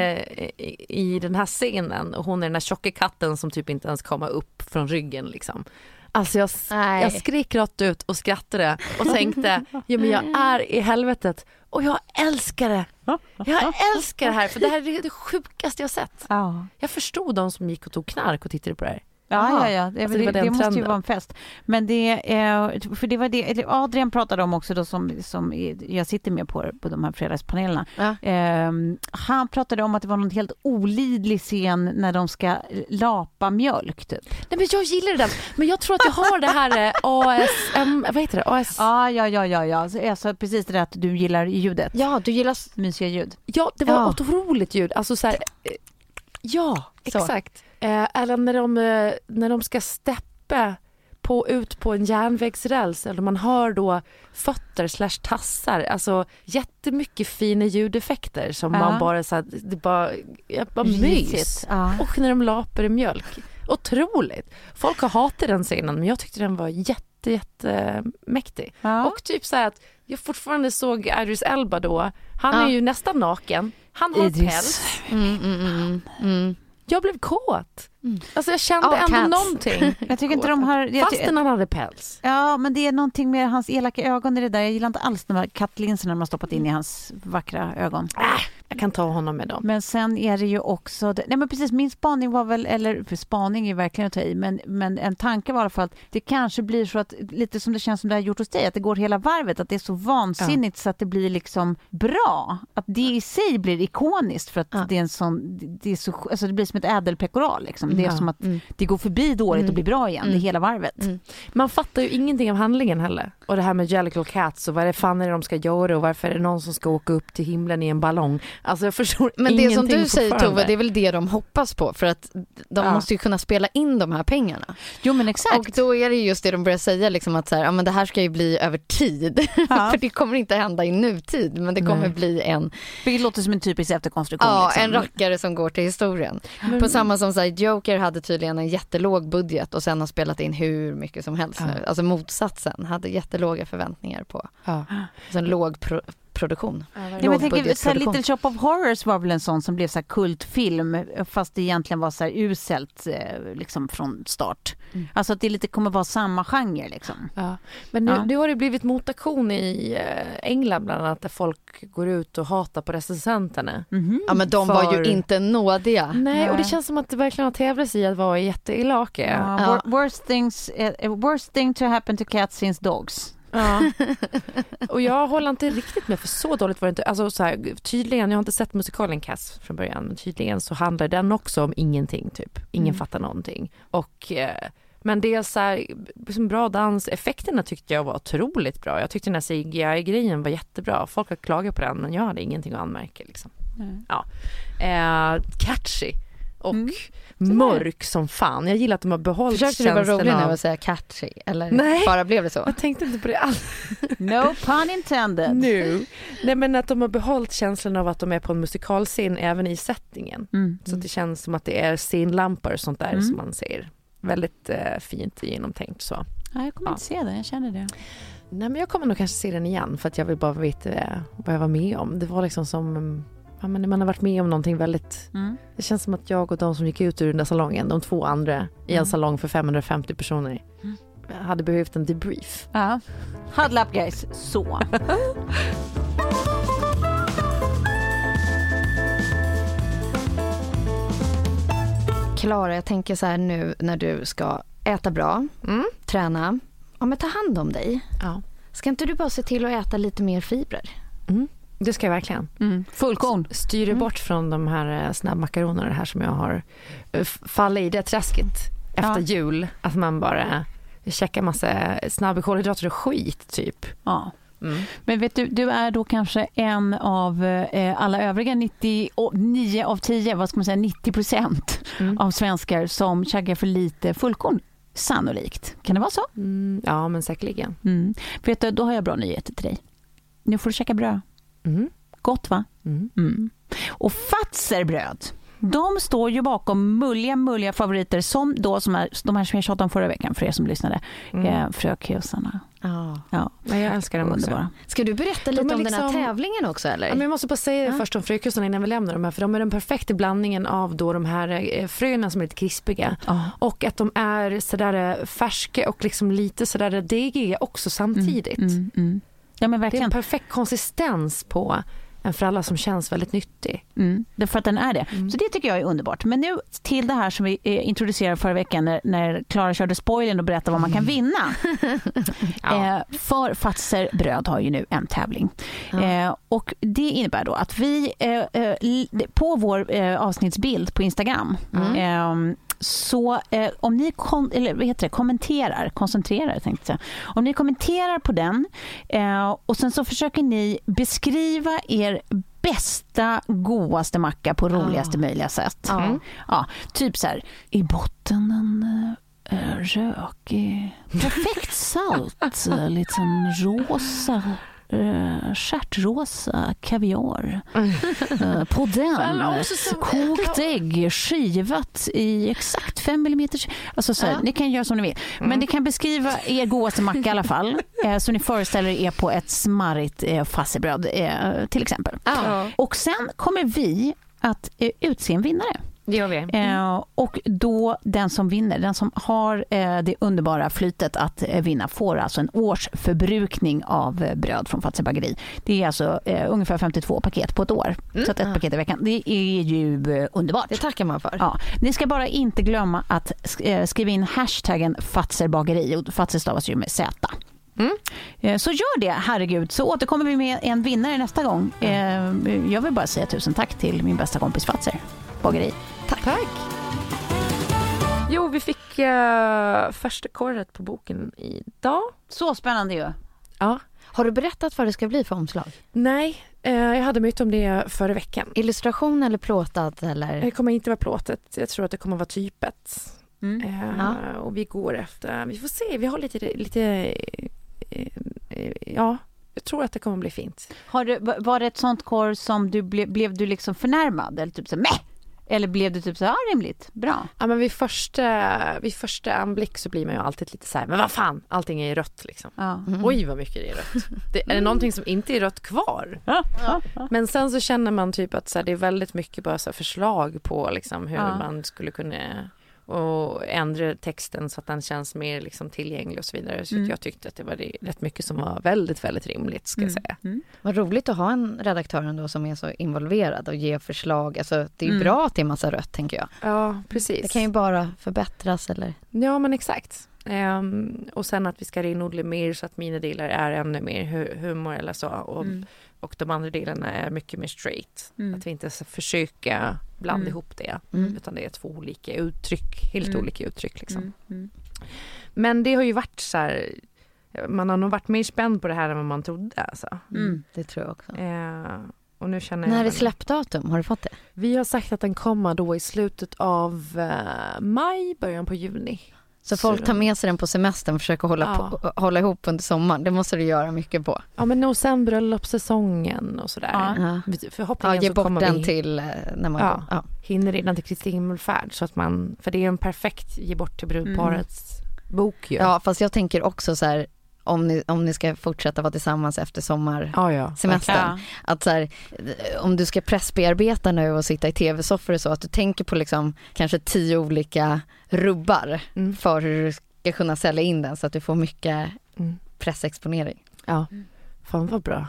i den här scenen. Och hon är den här tjocka katten som typ inte ens kommer upp från ryggen liksom. Alltså jag skrek rått ut och skrattade och tänkte, men jag är i helvetet och jag älskar det. Jag älskar det här, för det här är det sjukaste jag sett. Jag förstod de som gick och tog knark och tittade på det här. Ja. Det måste ju vara en fest. Men för det var det Adrian pratade om också då, som jag sitter med på de här fredagspanelerna. Han pratade om att det var någon helt olidlig scen när de ska lapa mjölk typ. Nej, men jag gillar det. Men jag tror att jag har det här ASM, vad heter det? AS. Ja. Alltså precis det där att du gillar ljudet. Ja, du gillar mysiga ljud. Ja, det var ett otroligt ljud. Alltså så här, exakt. Eller när de ska steppa ut på en järnvägsräls, eller man hör då fötter / tassar, alltså jättemycket fina ljudeffekter som man bara så här, det bara mys. Och när de lapar i mjölk, otroligt. Folk har hatat den scenen, men jag tyckte den var jättemäktig. Och typ så här att jag fortfarande såg Idris Elba då, han är ju nästan naken, han har päls. Jag blev kåt. Alltså jag kände ändå någonting. Jag tycker inte de har... Fastän han hade päls. Ja, men det är någonting med hans elaka ögon i det där. Jag gillar inte alls de här kattlinserna de har stoppat in i hans vackra ögon. Jag kan ta honom med dem. Men sen är det ju också... Nej men precis, min spaning var väl... Eller för spaning är verkligen att ta i. Men en tanke var i alla fall att det kanske blir så att... Lite som det känns som det har gjort hos dig. Att det går hela varvet. Att det är så vansinnigt så att det blir liksom bra. Att det i sig blir ikoniskt. För att det är en sån... Det är så, alltså det blir som ett ädelpekoral liksom. Det är som att det går förbi dåligt och blir bra igen. Det är hela varvet. Man fattar ju ingenting av handlingen heller. Och det här med Jellicle Cats och vad det fan är de ska göra och varför är det någon som ska åka upp till himlen i en ballong. Alltså jag förstår ingenting. Men det som du säger Tove, det är väl det de hoppas på, för att de måste ju kunna spela in de här pengarna. Jo men exakt. Och då är det just det de börjar säga liksom att så här, men det här ska ju bli över tid. För det kommer inte hända i nutid, men det kommer bli en... Det låter som en typisk efterkonstruktion. Ja, liksom. En rackare som går till historien. På samma som så här, Joker hade tydligen en jättelåg budget och sen har spelat in hur mycket som helst nu. Alltså motsatsen, hade jättelåga förväntningar på. Så en låg produktion. Jag tänker Little Shop of Horrors var väl en sån som blev så här kultfilm, fast det egentligen var så här uselt liksom från start. Alltså att det lite kommer vara samma genre liksom. Men nu har det blivit motaktion i England bland annat, där folk går ut och hatar på recensenterna. Ja, men de var ju inte nådiga. Nej, och det känns som att det verkligen har tävlats i att vara jätteelaka. Worst thing to happen to cats since dogs. Och jag håller inte riktigt med, för så dåligt var det inte. Alltså så här, tydligen, jag har inte sett musikalen Cats från början, men tydligen så handlar den också om ingenting typ. Ingen fattar någonting. Och men det är så här, som bra dans, effekterna tyckte jag var otroligt bra. Jag tyckte den här CGI-grejen var jättebra. Folk har klagat på den, men jag hade ingenting att anmärka liksom. Catchy och mörk som fan. Jag gillar att de har behållit känslan. Försökte du vara rolig när jag säga catchy? Eller bara blev det så? Jag tänkte inte på det alls. No pun intended. Nej, men att de har behållit känslan av att de är på en musikalscen även i settingen. Så att det känns som att det är scenlampor och sånt där som man ser. Väldigt fint genomtänkt så. Jag kommer inte se det, jag känner det. Nej, men jag kommer nog kanske se den igen, för att jag vill bara veta vad jag var med om. Det var liksom som... men man har varit med om någonting väldigt... Det känns som att jag och de som gick ut ur den där salongen, de 2 andra i en salong för 550 personer, hade behövt en debrief. Huddle up guys, så. Klara, jag tänker så här nu när du ska äta bra, träna, men ta hand om dig. Ska inte du bara se till att äta lite mer fibrer? Det ska jag verkligen. Fullkorn. Styra bort från de här snabbmakaronerna här som jag har fallit i det träsket efter jul. Att man bara checkar massa snabbkolhydrater och skit typ. Men vet du är då kanske en av alla övriga 99 av 10, vad ska man säga, 90% av svenskar som käkar för lite fullkorn. Sannolikt. Kan det vara så? Ja, men säkerligen. Vet du, då har jag bra nyheter till dig. Nu får du käka bröd. Gott, va? Och Fatzerbröd, de står ju bakom mulliga favoriter som de här som jag tjatade om förra veckan för er som lyssnade. Frökusarna. Ja, jag älskar dem också. Ska du berätta lite om den här tävlingen också, eller? Ja, men jag måste bara säga det först om frökusarna innan vi lämnar dem här, för de är den perfekta blandningen av då de här fröna som är lite krispiga och att de är sådär färska och liksom lite sådär degiga också samtidigt. Ja, men verkligen. Det är en perfekt konsistens på en fralla som känns väldigt nyttig. Därför att den är det. Så det tycker jag är underbart. Men nu till det här som vi introducerade förra veckan när Klara körde spoilern och berättade vad man kan vinna. För Fatzerbröd har ju nu en tävling. Och det innebär då att vi på vår avsnittsbild på Instagram så om ni koncentrerar tänkte jag. Om ni kommenterar på den och sen så försöker ni beskriva er bästa, godaste macka på roligaste möjliga sätt. Typ så här, i botten en rökig, perfekt salt, liten rosa stjärtrosa kaviar. På den kokt ägg skivat i exakt 5 mm. Alltså så här, ni kan göra som ni vill. Men det kan beskriva er godaste macka i alla fall. Så ni föreställer er på ett smarrigt Fatzerbröd till exempel. Och sen kommer vi att utse en vinnare. Det gör vi. Och då den som vinner, den som har det underbara flytet att vinna, får alltså en årsförbrukning av bröd från Fazer bageri. Det är alltså ungefär 52 paket på ett år. Så att ett paket i veckan. Det är ju underbart. Det tackar man för. Ja. Ni ska bara inte glömma att skriva in hashtaggen Fazer bageri, och Fazer stavas ju med Z. Så gör det, herregud. Så återkommer vi med en vinnare nästa gång. Jag vill bara säga tusen tack till min bästa kompis Fazer bageri. Tack. Jo, vi fick första korret på boken idag. Så spännande ju. Ja. Har du berättat vad det ska bli för omslag? Nej, jag hade mycket om det förra veckan. Illustration eller plåtat? Eller? Det kommer inte vara plåtat. Jag tror att det kommer vara typet. Och vi går efter. Vi får se. Vi har lite jag tror att det kommer bli fint. Var det ett sånt korr som blev du liksom förnärmad? Eller typ så meh? Eller blev det typ så här rimligt? Bra. Ja, men vid första anblick så blir man ju alltid lite så här, men vad fan, allting är rött liksom. Oj, vad mycket det är rött. Är det någonting som inte är rött kvar? Men sen så känner man typ att så här, det är väldigt mycket bara så här förslag på liksom hur man skulle kunna och ändra texten så att den känns mer liksom tillgänglig och så vidare. Så jag tyckte att det var rätt mycket som var väldigt, väldigt rimligt, ska jag säga. Vad roligt att ha en redaktör ändå som är så involverad och ger förslag. Alltså, det är ju bra att det är massa rött, tänker jag. Ja, precis. Det kan ju bara förbättras, eller? Ja, men exakt. Och sen att vi ska renodla mer så att mina delar är ännu mer humor eller så. Och de andra delarna är mycket mer straight. Att vi inte ska försöka blanda ihop det. Utan det är två olika uttryck. Helt olika uttryck liksom. Men det har ju varit så här... Man har nog varit mer spänd på det här än vad man trodde. Alltså. Det tror jag också. Och nu känner när är släppdatum? Har du fått det? Vi har sagt att den kommer då i slutet av maj, början på juni. Så folk tar med sig den på semestern och försöker hålla ihop under sommaren. Det måste du göra mycket på. Ja, men och sen bröllopssäsongen och sådär. Förhoppningen ge så bort kommer den vi till när man hinner redan till Kristi himmelfärd. Så att man, för det är en perfekt ge bort till brudparets bok ju. Ja, fast jag tänker också så här, om ni ska fortsätta vara tillsammans efter sommarsemestern. Att så här, om du ska pressbearbeta nu och sitta i tv-soffor och så, att du tänker på liksom kanske 10 olika rubbar för hur du ska kunna sälja in den så att du får mycket pressexponering. Ja, fan vad bra.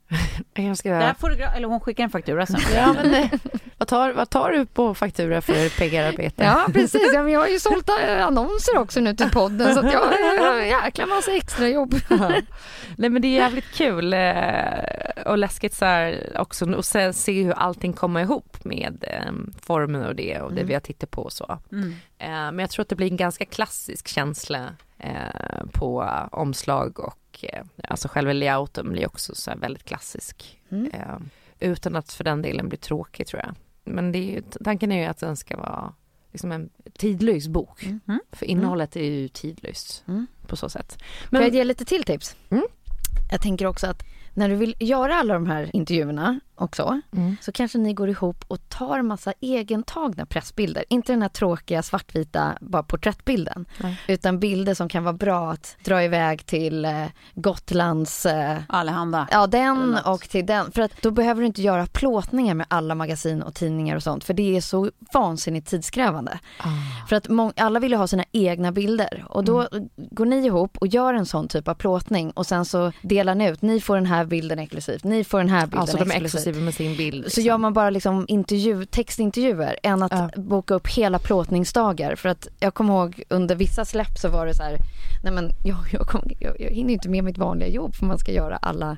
Där får du, eller hon skickar en faktura sen. Ja, men vad tar du på faktura för PR-arbete? Ja, precis. Ja, men jag har ju sålt annonser också nu till podden, så att jag har jäkla massa extra jobb. Nej, men det är jävligt kul och läskigt så här också, och se hur allting kommer ihop med formen och det vi har tittat på och så. Men jag tror att det blir en ganska klassisk känsla på omslag och och alltså själva layouten blir också så här väldigt klassisk. Utan att för den delen bli tråkig, tror jag. Men tanken är ju att den ska vara liksom en tidlös bok. För innehållet är ju tidlöst på så sätt. Men jag ger lite till tips. Jag tänker också att när du vill göra alla de här intervjuerna också, så kanske ni går ihop och tar massa egentagna pressbilder. Inte den här tråkiga svartvita bara porträttbilden. Utan bilder som kan vara bra att dra iväg till Gotlands... Allehanda. Ja, den och till den. För att då behöver du inte göra plåtningar med alla magasin och tidningar och sånt. För det är så vansinnigt tidskrävande. För att alla vill ju ha sina egna bilder. Och då går ni ihop och gör en sån typ av plåtning. Och sen så delar ni ut. Ni får den här bilden exklusivt. Ni får den här bilden exklusivt. De är exklusiva med sin bild. Liksom. Så gör man bara liksom textintervjuer än att boka upp hela plåtningsdagar. För att jag kommer ihåg under vissa släpp så var det så här, nej men jag hinner ju inte med mitt vanliga jobb för man ska göra alla.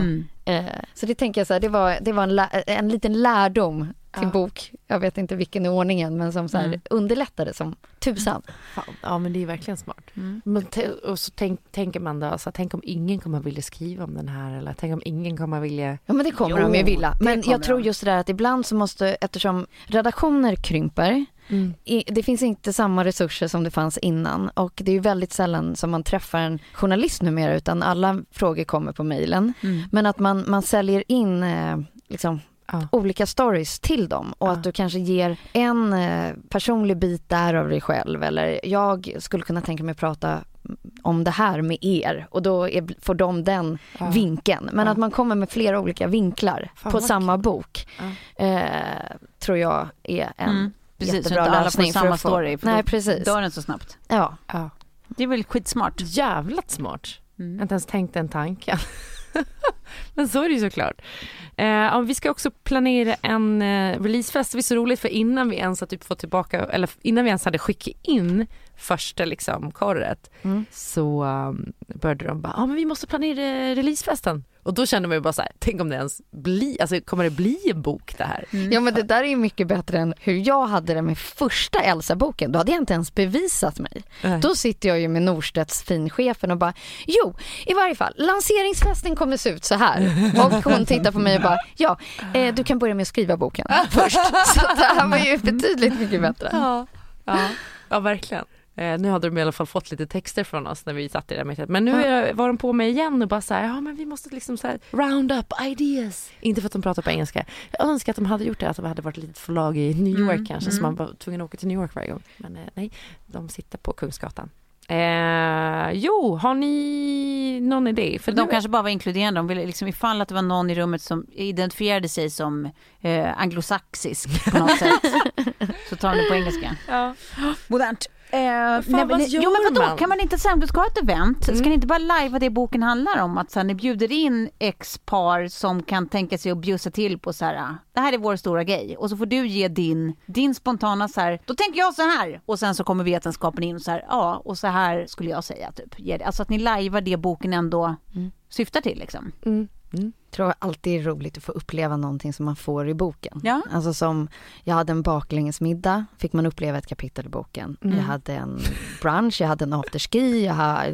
Så det tänker jag så här, det var en liten lärdom till bok. Jag vet inte vilken i ordningen, men som så här underlättade som tusan. Ja, men det är verkligen smart. Men och så tänker man då, så tänk om ingen kommer vilja skriva om den här, eller tänk om ingen kommer vilja... Ja, men det kommer de ju vilja. Men jag tror just det där att ibland så måste, eftersom redaktioner krymper, det finns inte samma resurser som det fanns innan, och det är ju väldigt sällan som man träffar en journalist numera, utan alla frågor kommer på mejlen. Men att man säljer in liksom olika stories till dem, och att du kanske ger en personlig bit där av dig själv, eller jag skulle kunna tänka mig prata om det här med er, och då får de den vinkeln, men att man kommer med flera olika vinklar på samma bok tror jag är en jättebra lösning för att få story, för precis. Dör den så snabbt. Ja. Det är väl skitsmart. Jävligt smart. Jag har inte ens tänkt den tanken. Men så är det ju såklart. Vi ska också planera en releasefest. Det är så roligt, för innan vi ens innan vi ens hade skickat in första liksom korret, så började de bara, men vi måste planera releasefesten. Och då kände man ju bara så här, tänk om det ens kommer det bli en bok det här? Ja, men det där är ju mycket bättre än hur jag hade det med första Elsa-boken. Då hade jag inte ens bevisat mig. Då sitter jag ju med Norstedts finchefen och bara, i varje fall, lanseringsfesten kommer se ut så här. Och hon tittar på mig och bara, du kan börja med att skriva boken först. Så det här var ju betydligt mycket bättre. Ja, verkligen. Nu hade de i alla fall fått lite texter från oss när vi satt i det mötet. Men nu var de på mig igen och bara så här, men vi måste liksom så här round up ideas. Inte för att de pratar på engelska. Jag önskar att de hade gjort det, att de hade varit ett litet förlag i New York kanske, så man var tvungen att åka till New York varje gång. Men nej, de sitter på Kungsgatan. Har ni någon idé? För de kanske bara var inkluderande. De ville liksom, ifall att det var någon i rummet som identifierade sig som anglosaxisk på något sätt, så tar de det på engelska. Modernt. Men vadå? Kan man inte säga, du ska ha ett event, ska ni inte bara live det boken handlar om, att så här, ni bjuder in x-par som kan tänka sig att bjussa till på så här, det här är vår stora grej, och så får du ge din spontana så här, då tänker jag så här, och sen så kommer vetenskapen in och så här, och så här skulle jag säga typ, alltså att ni livear det boken ändå syftar till liksom. Tror jag alltid är roligt att få uppleva någonting som man får i boken. Ja. Alltså som, jag hade en baklängesmiddag, fick man uppleva ett kapitel i boken. Jag hade en brunch, jag hade en afterski,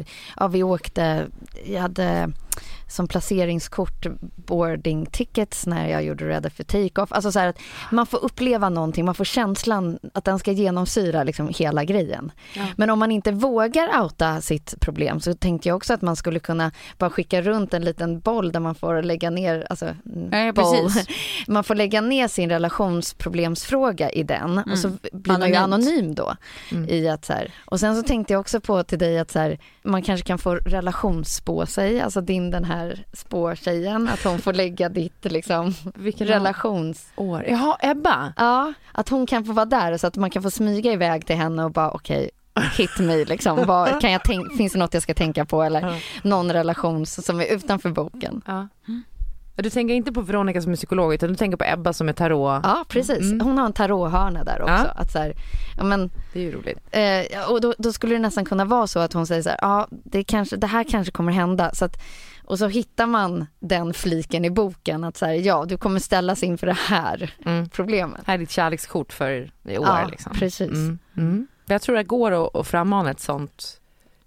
jag hade som placeringskort boarding tickets när jag gjorde Ready for Take-off. Alltså så här att man får uppleva någonting, man får känslan att den ska genomsyra liksom hela grejen. Men om man inte vågar outa sitt problem, så tänkte jag också att man skulle kunna bara skicka runt en liten boll där man får lägga ner, alltså precis. Man får lägga ner sin relationsproblemsfråga i den, och så blir man ju anonym då i att så här. Och sen så tänkte jag också på till dig att så här, man kanske kan få relationsspå sig, alltså den här spårtjejen, att hon får lägga ditt liksom relationsår. Jaha, Ebba. Ja, att hon kan få vara där, så att man kan få smyga iväg till henne och bara okej, hit me liksom. Finns det något jag ska tänka på, eller någon relation som är utanför boken? Du tänker inte på Veronica som är psykolog, utan du tänker på Ebba som är tarot. Ja, precis. Hon har en tarothörna där också. Att så här, men, det är ju roligt. Och då skulle det nästan kunna vara så att hon säger så här, det här kanske kommer hända. Så att, och så hittar man den fliken i boken att så här, du kommer ställas inför det här problemet. Här är ditt kärlekskort för i år. Ja, liksom. Precis. Jag tror det går att frammana ett sånt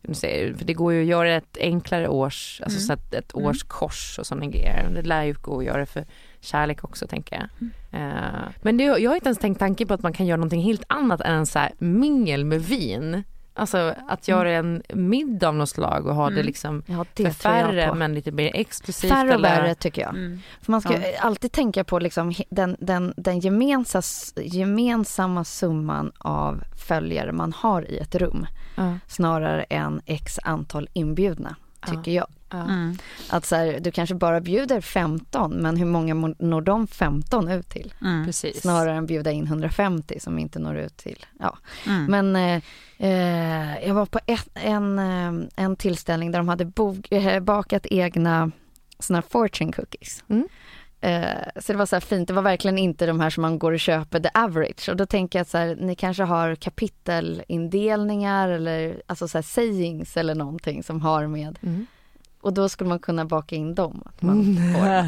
för det går ju att göra ett enklare års, alltså så att ett årskors och sådana grejer. Det lär ju gå att göra för kärlek också, tänker jag. Men jag har inte ens tänkt tanken på att man kan göra någonting helt annat än så här mingel med vin. Alltså att göra en middag av något slag och ha det liksom för färre men lite mer exklusivt. Färre och värre tycker jag. För man ska alltid tänka på liksom den gemensamma summan av följare man har i ett rum. Snarare än x antal inbjudna, tycker jag. Att så här, du kanske bara bjuder 15, men hur många når de 15 ut till? Precis. Snarare än bjuda in 150 som inte når ut till. Ja. Men jag var på en tillställning där de hade bakat egna såna fortune cookies. Så det var så här fint. Det var verkligen inte de här som man går och köper the average. Och då tänker jag att så här, ni kanske har kapitelindelningar eller alltså så här sayings eller någonting som har med. Och då skulle man kunna baka in dem. Att man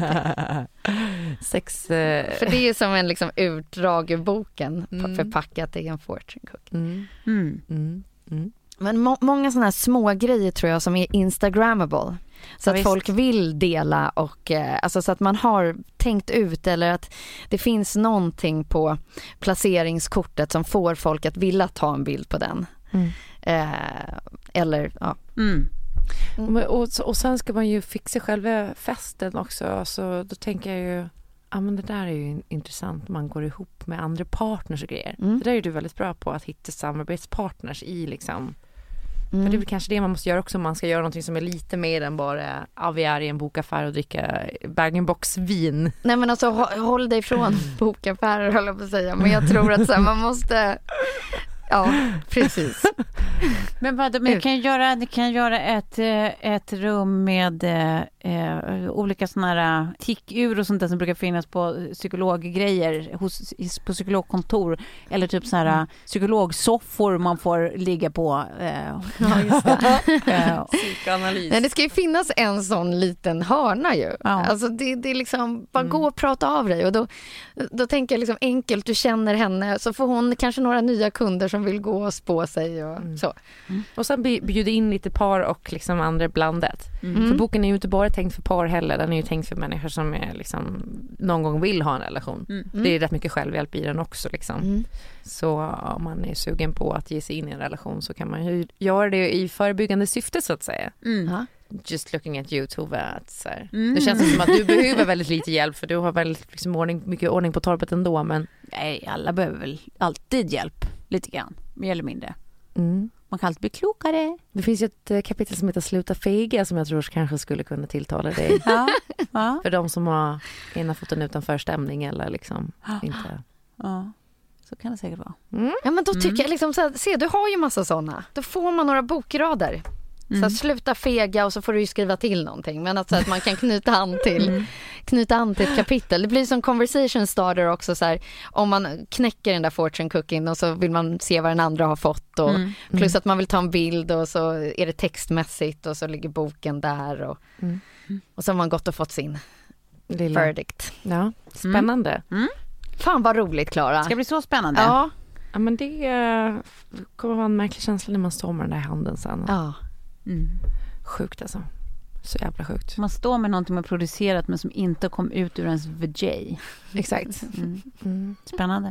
får För det är ju som en liksom utdrag ur boken förpackat i en fortune cookie. Men många sådana här små grejer tror jag som är instagrammable. Så att folk vill dela och alltså så att man har tänkt ut eller att det finns någonting på placeringskortet som får folk att vilja ta en bild på den. Eller ja. Och sen ska man ju fixa själva festen också. Så då tänker jag ju men det där är ju intressant. Man går ihop med andra partners och grejer. Det där är du väldigt bra på, att hitta samarbetspartners i liksom. För det är väl kanske det man måste göra också om man ska göra någonting som är lite mer än bara vi är i en bokaffär och dricka bag-in-box vin. Nej men alltså håll dig från bokaffärer höll jag på att säga. Men jag tror att så här, man måste ja, precis. Men du kan göra ett rum med olika såna här tickur och sånt där som brukar finnas på psykologgrejer på psykologkontor eller typ så här psykologsoffor man får ligga på. Ja, just det. Psykoanalys. Nej, det ska ju finnas en sån liten hörna ju. Ja. Alltså det är liksom bara gå och prata av dig och då tänker jag liksom enkelt, du känner henne så får hon kanske några nya kunder som vill gå och spå sig och så. Och sen bjuda in lite par och liksom andra blandet. För boken är ju inte bara tänkt för par heller, den är ju tänkt för människor som är liksom någon gång vill ha en relation. Det är rätt mycket självhjälp i den också liksom. Så om man är sugen på att ge sig in i en relation så kan man ju göra det i förebyggande syfte så att säga. Just looking at you, Tove, att så här. Det känns som att du behöver väldigt lite hjälp för du har väldigt liksom mycket ordning på torpet ändå, men nej, alla behöver väl alltid hjälp lite grann, mer eller mindre. Man kan alltid bli klokare. Det finns ju ett kapitel som heter Sluta fega som jag tror kanske skulle kunna tilltala dig. Ja. För de som har ena foten utanför stämning eller liksom inte. Ja, så kan det säkert vara. Ja, men då tycker jag liksom så här, se, du har ju massa sådana. Då får man några bokrader. Så att sluta fega och så får du ju skriva till någonting. Men att man kan knyta an till ett kapitel. Det blir som conversation starter också så här, om man knäcker den där fortune cooking och så vill man se vad den andra har fått och plus att man vill ta en bild och så är det textmässigt och så ligger boken där och så har man gått och fått sin verdict. Ja, spännande. Fan vad roligt, Klara. Ska bli så spännande. Ja, men det kommer vara en märklig känsla när man står med den där i handen sen. Ja. Sjukt alltså. Så jävla sjukt. Man står med någonting man producerat men som inte kom ut ur ens VJ. Exakt. Spännande.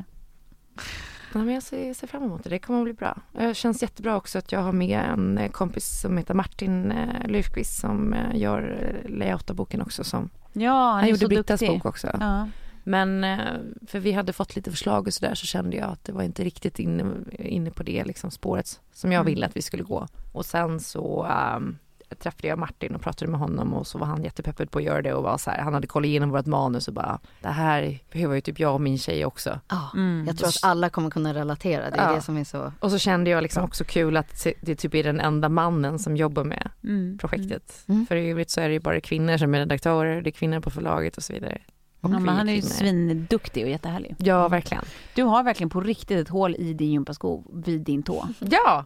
Ja, men jag ser fram emot det. Det kommer att bli bra. Det känns jättebra också att jag har med en kompis som heter Martin Löfqvist som gör layout av boken också. Han gjorde Brittas bok också. Ja. Men för vi hade fått lite förslag och sådär så kände jag att det var inte riktigt inne på det liksom, spåret som jag ville att vi skulle gå. Och sen så träffade jag Martin och pratade med honom och så var han jättepeppad på att göra det och var så här, han hade kollat igenom vårt manus och bara, det här behöver ju typ jag och min tjej också. Jag tror att alla kommer kunna relatera, det är det som är så. Och så kände jag liksom också kul att det typ är den enda mannen som jobbar med projektet. För i övrigt så är det ju bara kvinnor som är redaktörer, det är kvinnor på förlaget och så vidare. Ja, men han är ju svinduktig och jättehärlig. Ja, verkligen. Du har verkligen på riktigt ett hål i din gympasko vid din tå. Ja,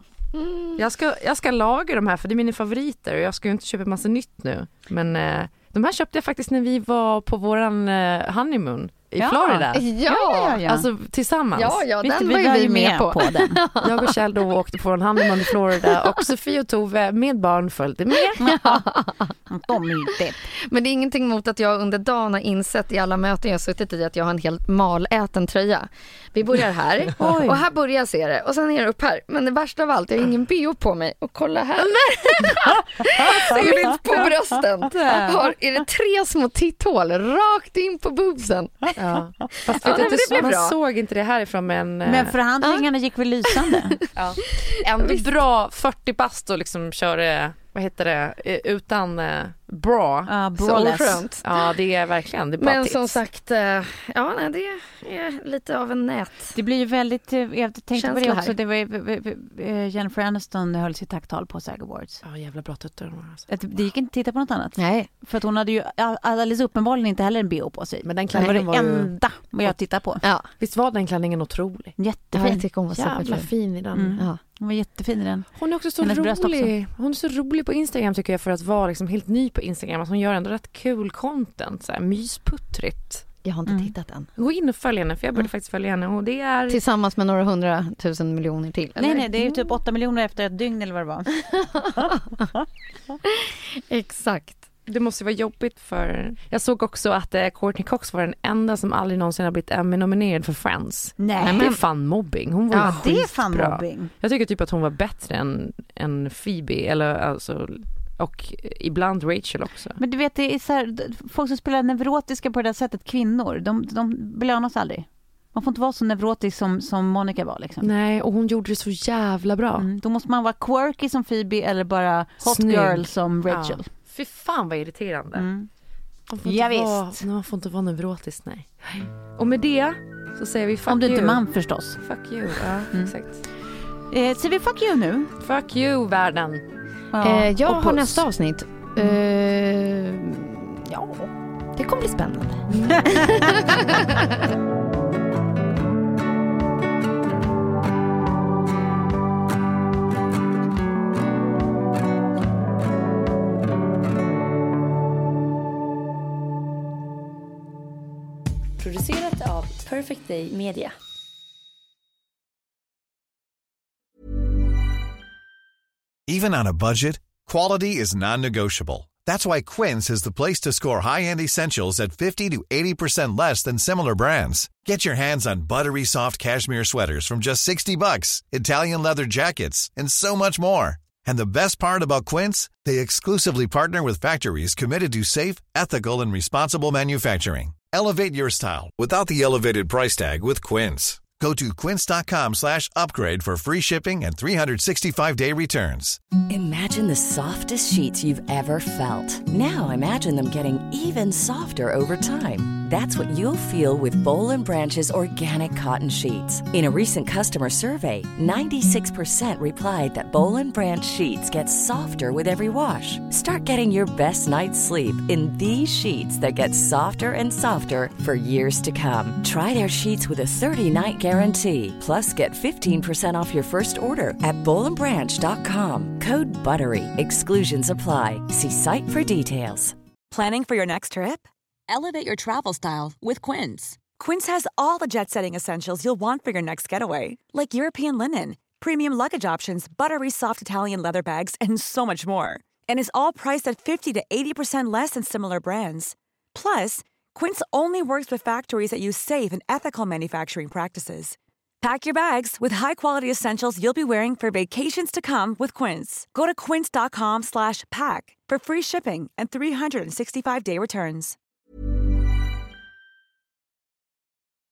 jag ska laga de här för det är mina favoriter och jag ska ju inte köpa massa nytt nu. Men de här köpte jag faktiskt när vi var på våran honeymoon. i Florida. Ja. Alltså tillsammans. Ja, Visst, den vi var ju med på den. Jag och Kjell då åkte på en honeymoon i Florida och Sofie och Tove med barn följde med. De är inte. Men det är ingenting mot att jag under dagen har insett i alla möten jag har suttit i att jag har en helt maläten tröja. Vi börjar här och här börjar jag se det och sen är det upp här. Men det värsta av allt, jag har ingen bio på mig och kolla här. Ser inte på brösten. Är det 3 små titthål rakt in på boobsen. Ja. Fast man såg inte det härifrån men förhandlingarna gick väl lysande. Ja. Ändå bra 40 bast och liksom köra, vad heter det, utan bra. Braless. Ja, det är verkligen. Det är men som sagt, det är lite av en nät. Det blir ju väldigt, jag tänkte på det också, här. Det var Jennifer Aniston höll sitt tacktal på SAG Awards. Ja, jävla bra tuttar. Det gick inte att titta på något annat. Nej. För att hon hade ju alldeles uppenbarligen inte heller en bio på sig. Men den klänningen var det enda vad jag tittade på. Ja. Visst var den klänningen otrolig? Jättefin. Jävla fin i den. Ja. Hon var jättefin i den. Hon är också så rolig. Hon är så rolig på Instagram tycker jag för att vara liksom helt ny på Instagram. Alltså hon gör ändå rätt kul content. Så här, mysputtrigt. Jag har inte tittat än. Gå in och följ henne för jag började faktiskt följa henne. Och det är... Tillsammans med några 100 000 miljoner till. Eller? Nej, det är ju typ 8 miljoner efter ett dygn eller vad det var. Exakt. Det måste vara jobbigt för... Jag såg också att Courtney Cox var den enda som aldrig någonsin har blivit Emmy-nominerad för Friends. Nej. Det är fan mobbing. Hon var det är fan mobbing. Jag tycker typ att hon var bättre än Phoebe. Eller alltså... Och ibland Rachel också. Men du vet, det är så här, folk som spelar neurotiska på det där sättet, kvinnor, de belönas aldrig. Man får inte vara så neurotisk som Monica var liksom. Nej, och hon gjorde det så jävla bra. Då måste man vara quirky som Phoebe eller bara hot girl som Rachel. Ja. Fy fan vad irriterande. Man får inte vara neurotisk, nej. Och med det så säger vi fuck you. Om du inte är man förstås. Fuck you, ja, exakt. Säger vi fuck you nu? Fuck you, världen. Jag har nästa avsnitt. Ja, det kommer bli spännande. Producerat av Perfect Day Media. Even on a budget, quality is non-negotiable. That's why Quince is the place to score high-end essentials at 50 to 80% less than similar brands. Get your hands on buttery soft cashmere sweaters from just $60, Italian leather jackets, and so much more. And the best part about Quince, they exclusively partner with factories committed to safe, ethical, and responsible manufacturing. Elevate your style without the elevated price tag with Quince. Go to quince.com/upgrade for free shipping and 365-day returns. Imagine the softest sheets you've ever felt. Now imagine them getting even softer over time. That's what you'll feel with Boll & Branch's organic cotton sheets. In a recent customer survey, 96% replied that Boll & Branch sheets get softer with every wash. Start getting your best night's sleep in these sheets that get softer and softer for years to come. Try their sheets with a 30-night guarantee. Plus, get 15% off your first order at bollandbranch.com. Code BUTTERY. Exclusions apply. See site for details. Planning for your next trip? Elevate your travel style with Quince. Quince has all the jet-setting essentials you'll want for your next getaway, like European linen, premium luggage options, buttery soft Italian leather bags, and so much more. And is all priced at 50 to 80% less than similar brands. Plus, Quince only works with factories that use safe and ethical manufacturing practices. Pack your bags with high-quality essentials you'll be wearing for vacations to come with Quince. Go to quince.com/pack for free shipping and 365-day returns.